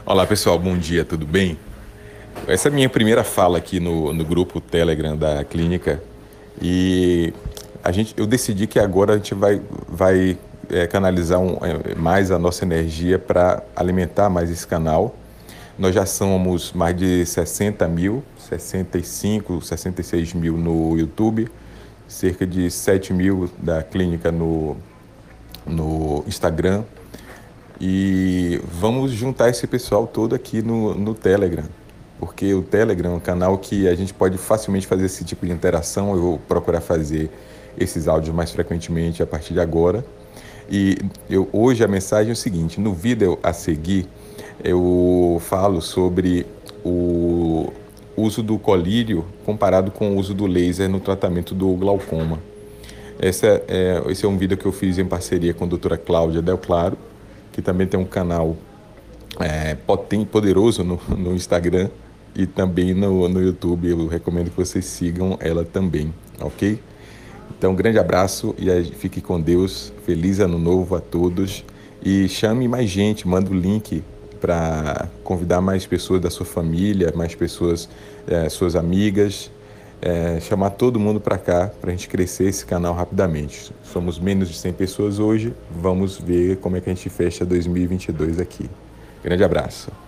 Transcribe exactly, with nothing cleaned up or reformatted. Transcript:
Olá pessoal, bom dia, tudo bem? Essa é a minha primeira fala aqui no, no grupo Telegram da clínica e a gente, eu decidi que agora a gente vai, vai é, canalizar um, é, mais a nossa energia para alimentar mais esse canal. Nós já somos mais de sessenta mil, sessenta e cinco, sessenta e seis mil no YouTube, cerca de sete mil da clínica no, no Instagram. E vamos juntar esse pessoal todo aqui no, no Telegram, porque o Telegram é um canal que a gente pode facilmente fazer esse tipo de interação. Eu vou procurar fazer esses áudios mais frequentemente a partir de agora. E eu, hoje a mensagem é o seguinte: no vídeo a seguir, eu falo sobre o uso do colírio comparado com o uso do laser no tratamento do glaucoma. Esse é, é, esse é um vídeo que eu fiz em parceria com a doutora Cláudia Del Claro, que também tem um canal é, potente, poderoso no, no Instagram e também no, no YouTube. Eu recomendo que vocês sigam ela também, ok? Então, um grande abraço e aí, fique com Deus. Feliz ano novo a todos. E chame mais gente, manda o link para convidar mais pessoas da sua família, mais pessoas, é, suas amigas, é, chamar todo mundo para cá, para a gente crescer esse canal rapidamente. Somos menos de cem pessoas hoje, vamos ver como é que a gente fecha dois mil e vinte e dois aqui. Grande abraço.